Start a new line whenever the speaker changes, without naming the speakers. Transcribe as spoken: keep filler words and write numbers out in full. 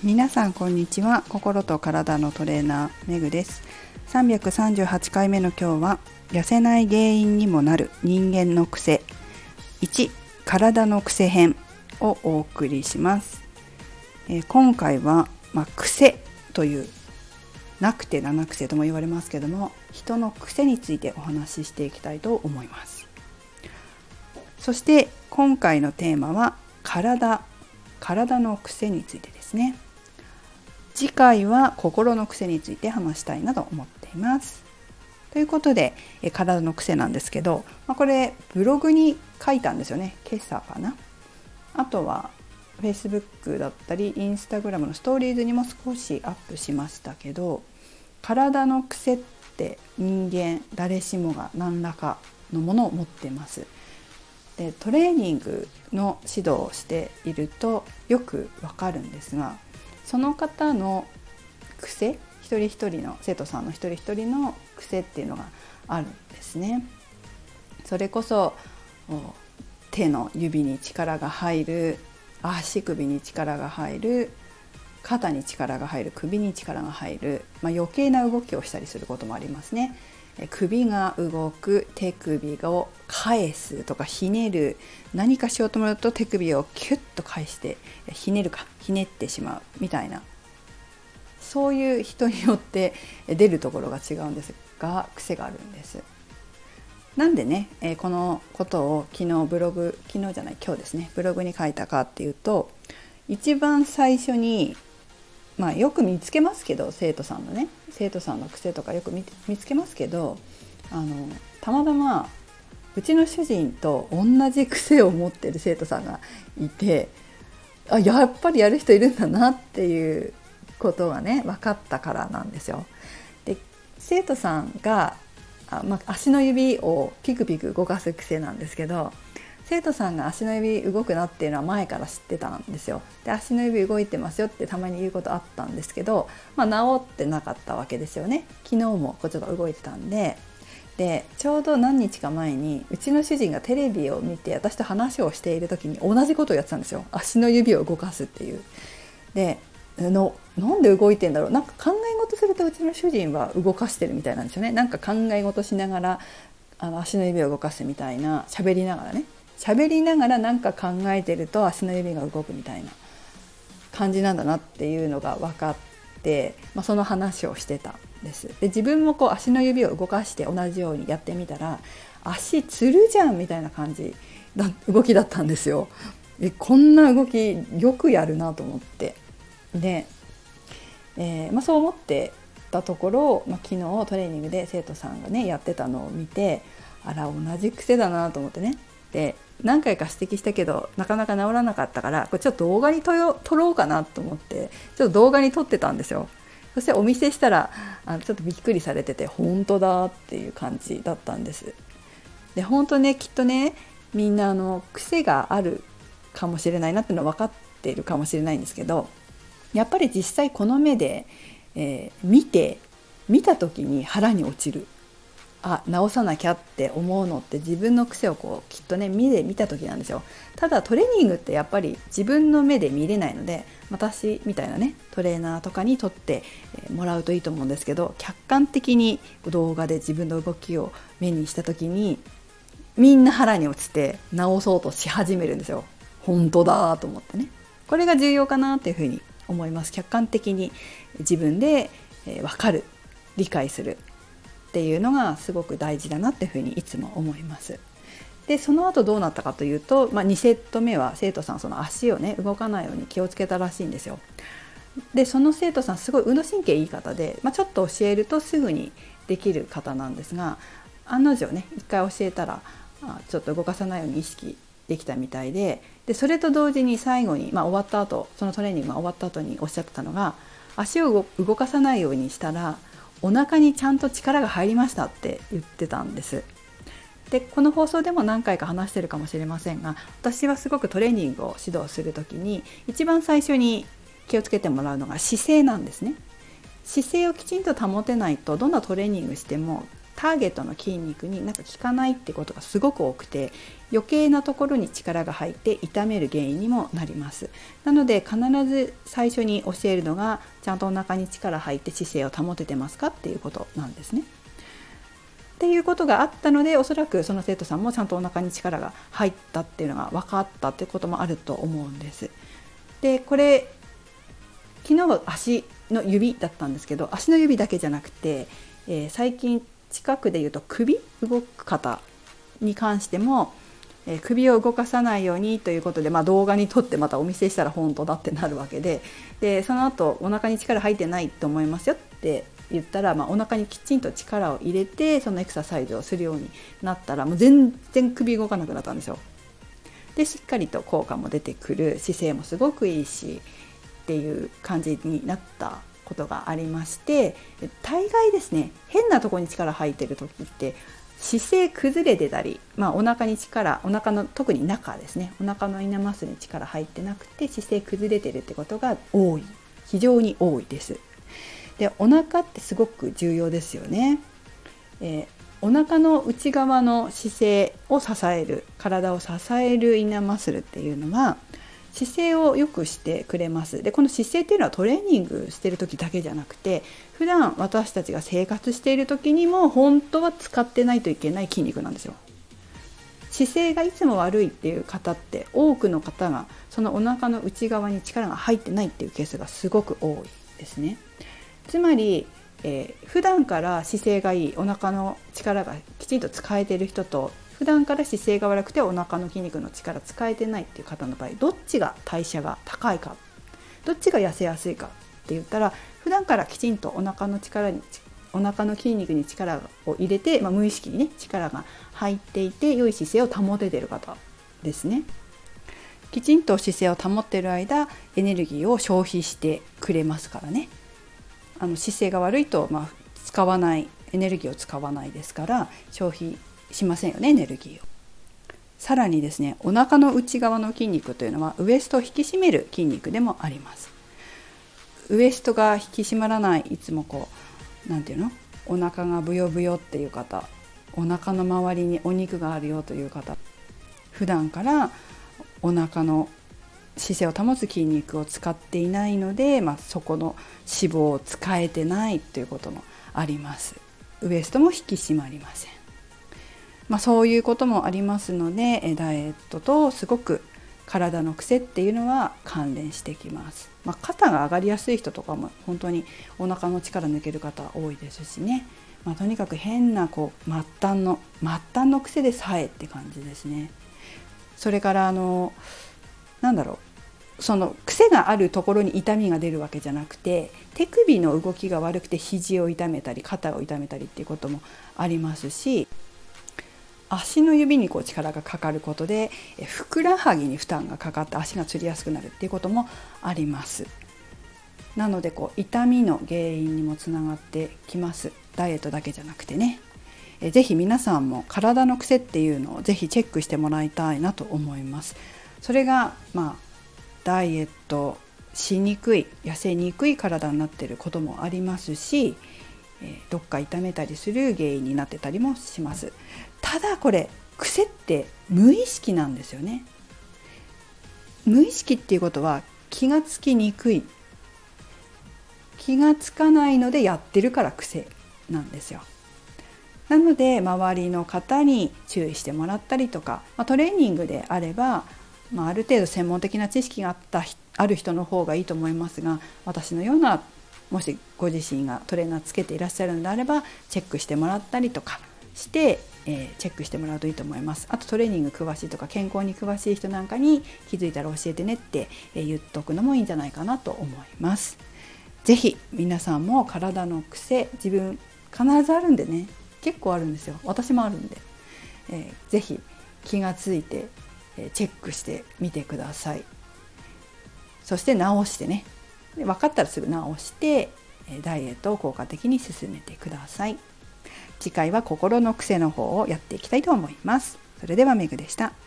皆さんこんにちは。心と体のトレーナーめぐです。さんびゃくさんじゅうはちかいめの今日は、痩せない原因にもなる人間の癖いち、体の癖編をお送りします。えー、今回は、まあ、癖というなくて七癖とも言われますけども、人の癖についてお話ししていきたいと思います。そして今回のテーマは体体の癖についてですね。次回は心の癖について話したいなと思っています。ということで、え体の癖なんですけど、まあ、これブログに書いたんですよね。今朝かな。あとは Facebook だったり Instagram のストーリーズにも少しアップしましたけど、体の癖って人間誰しもが何らかのものを持っています。でトレーニングの指導をしているとよくわかるんですが、その方の癖、一人一人の生徒さんの一人一人の癖っていうのがあるんですね。それこそ手の指に力が入る、足首に力が入る、肩に力が入る、首に力が入る、まあ、余計な動きをしたりすることもありますね。首が動く、手首を返すとかひねる、何かしようと思うと手首をキュッと返してひねるかひねってしまうみたいな、そういう人によって出るところが違うんですが、癖があるんです。なんでね、このことを昨日ブログ昨日じゃない今日ですねブログに書いたかっていうと、一番最初にまあ、よく見つけますけど、生徒さんのね生徒さんの癖とかよく 見, 見つけますけど、あのたまたまうちの主人と同じ癖を持っている生徒さんがいて、あ、やっぱりやる人いるんだなっていうことがね分かったからなんですよ。で生徒さんがあ、まあ、足の指をピクピク動かす癖なんですけど、生徒さんが足の指動くなっていうのは前から知ってたんですよ。で足の指動いてますよってたまに言うことあったんですけど、まあ、治ってなかったわけですよね。昨日もこっちが動いてたんで、でちょうど何日か前にうちの主人がテレビを見て私と話をしている時に同じことをやってたんですよ。足の指を動かすっていう。でのなんで動いてんだろう、なんか考え事するとうちの主人は動かしてるみたいなんですよね。なんか考え事しながらあの足の指を動かすみたいな、喋りながらね喋りながら何か考えてると足の指が動くみたいな感じなんだなっていうのが分かって、まあ、その話をしてたんです。で自分もこう足の指を動かして同じようにやってみたら、足つるじゃんみたいな感じだ動きだったんですよ。でこんな動きよくやるなと思って、で、えーまあ、そう思ってたところ、まあ、昨日トレーニングで生徒さんがねやってたのを見て、あら同じ癖だなと思ってね。で何回か指摘したけどなかなか治らなかったから、これちょっと動画に撮ろうかなと思ってちょっと動画に撮ってたんですよ。そしてお見せしたらあちょっとびっくりされてて、本当だっていう感じだったんです。で本当ねきっとねみんなあの癖があるかもしれないなっていうのは分かっているかもしれないんですけど、やっぱり実際この目で、えー、見て見た時に腹に落ちる、あ直さなきゃって思うのって自分の癖をこうきっとね目で見た時なんですよ。ただトレーニングってやっぱり自分の目で見れないので、私みたいなねトレーナーとかに撮ってもらうといいと思うんですけど、客観的に動画で自分の動きを目にした時にみんな腹に落ちて直そうとし始めるんですよ。本当だと思ってね、これが重要かなっていうふうに思います。客観的に自分で分かる、理解するっていうのがすごく大事だなっていうふうにいつも思います。でその後どうなったかというと、まあ、にセット目は生徒さんその足をね動かないように気をつけたらしいんですよ。でその生徒さんすごい運動神経いい方で、まあ、ちょっと教えるとすぐにできる方なんですが、案の定ね一回教えたらちょっと動かさないように意識できたみたいで、でそれと同時に最後に、まあ、終わった後そのトレーニングが終わった後におっしゃってたのが、足を動かさないようにしたらお腹にちゃんと力が入りましたって言ってたんです。でこの放送でも何回か話してるかもしれませんが、私はすごくトレーニングを指導するときに一番最初に気をつけてもらうのが姿勢なんですね。姿勢をきちんと保てないとどんなトレーニングしてもターゲットの筋肉になんか効かないってことがすごく多くて、余計なところに力が入って痛める原因にもなります。なので必ず最初に教えるのが、ちゃんとお腹に力入って姿勢を保ててますかっていうことなんですね。っていうことがあったので、おそらくその生徒さんもちゃんとお腹に力が入ったっていうのが分かったっていうこともあると思うんです。でこれ昨日は足の指だったんですけど、足の指だけじゃなくて、えー、最近近くで言うと首動く方に関しても、えー、首を動かさないようにということで、まあ、動画に撮ってまたお見せしたら本当だってなるわけで、でその後お腹に力入ってないと思いますよって言ったら、まあ、お腹にきちんと力を入れてそのエクササイズをするようになったら、もう全然首動かなくなったんですよ。でしっかりと効果も出てくる、姿勢もすごくいいしっていう感じになったことがありまして、大概ですね、変なところに力入ってる時って姿勢崩れてたり、まあ、お腹に力、お腹の特に中ですね、お腹のイナマッスルに力入ってなくて姿勢崩れてるってことが多い、非常に多いです。でお腹ってすごく重要ですよね。えー、お腹の内側の姿勢を支える、体を支えるイナマッスルっていうのは姿勢を良くしてくれます。でこの姿勢っていうのはトレーニングしてる時だけじゃなくて、普段私たちが生活している時にも本当は使ってないといけない筋肉なんですよ。姿勢がいつも悪いっていう方って、多くの方がそのお腹の内側に力が入ってないっていうケースがすごく多いですね。つまり、えー、普段から姿勢がいい、お腹の力がきちんと使えている人と、普段から姿勢が悪くてお腹の筋肉の力使えてないっていう方の場合、どっちが代謝が高いか、どっちが痩せやすいかって言ったら、普段からきちんとお腹の力にお腹の筋肉に力を入れて、まあ、無意識にね力が入っていて良い姿勢を保てている方ですね。きちんと姿勢を保っている間、エネルギーを消費してくれますからね。あの姿勢が悪いと、まあ、使わないエネルギーを使わないですから消費しませんよね、エネルギーを。さらにですね、お腹の内側の筋肉というのはウエストを引き締める筋肉でもあります。ウエストが引き締まらない、いつもこうなんていうの、お腹がブヨブヨっていう方、お腹の周りにお肉があるよという方、普段からお腹の姿勢を保つ筋肉を使っていないので、まあ、そこの脂肪を使えてないということもあります。ウエストも引き締まりません。まあ、そういうこともありますので、ダイエットとすごく体の癖っていうのは関連してきます。まあ、肩が上がりやすい人とかも本当にお腹の力抜ける方多いですしね。まあ、とにかく変なこう末端の末端の癖でさえって感じですね。それからあのなんだろう、その癖があるところに痛みが出るわけじゃなくて、手首の動きが悪くて肘を痛めたり肩を痛めたりっていうこともありますし、足の指にこう力がかかることでふくらはぎに負担がかかって足がつりやすくなるっていうこともあります。なのでこう痛みの原因にもつながってきます。ダイエットだけじゃなくてね。えぜひ皆さんも体の癖っていうのをぜひチェックしてもらいたいなと思います。それがまあダイエットしにくい、痩せにくい体になっていることもありますし、えどっか痛めたりする原因になってたりもします。ただこれ癖って無意識なんですよね。無意識っていうことは気がつきにくい、気がつかないのでやってるから癖なんですよ。なので周りの方に注意してもらったりとか、まあ、トレーニングであれば、まあ、ある程度専門的な知識があったある人の方がいいと思いますが、私のようなもしご自身がトレーナーつけていらっしゃるのであればチェックしてもらったりとかして、えー、チェックしてもらうといいと思います。あとトレーニング詳しいとか健康に詳しい人なんかに気づいたら教えてねって、えー、言っとくのもいいんじゃないかなと思います。ぜひ皆さんも体の癖、自分必ずあるんでね、結構あるんですよ。私もあるんで、えー、ぜひ気がついて、えー、チェックしてみてください。そして直してね、で分かったらすぐ直してダイエットを効果的に進めてください。次回は心の癖の方をやっていきたいと思います。それではめぐでした。